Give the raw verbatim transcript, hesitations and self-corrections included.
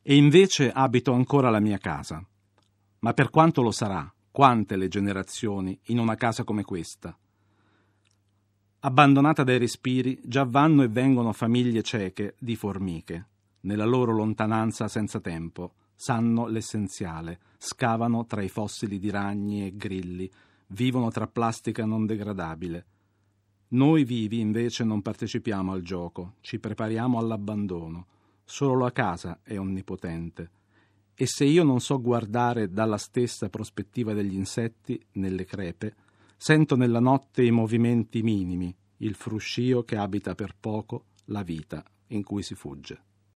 E invece abito ancora la mia casa. Ma per quanto lo sarà, quante le generazioni in una casa come questa? Abbandonata dai respiri, già vanno e vengono famiglie cieche di formiche. Nella loro lontananza senza tempo, sanno l'essenziale, scavano tra i fossili di ragni e grilli, vivono tra plastica non degradabile. Noi vivi invece non partecipiamo al gioco, ci prepariamo all'abbandono. Solo la casa è onnipotente. E se io non so guardare dalla stessa prospettiva degli insetti nelle crepe, sento nella notte i movimenti minimi, il fruscio che abita per poco la vita in cui si fugge.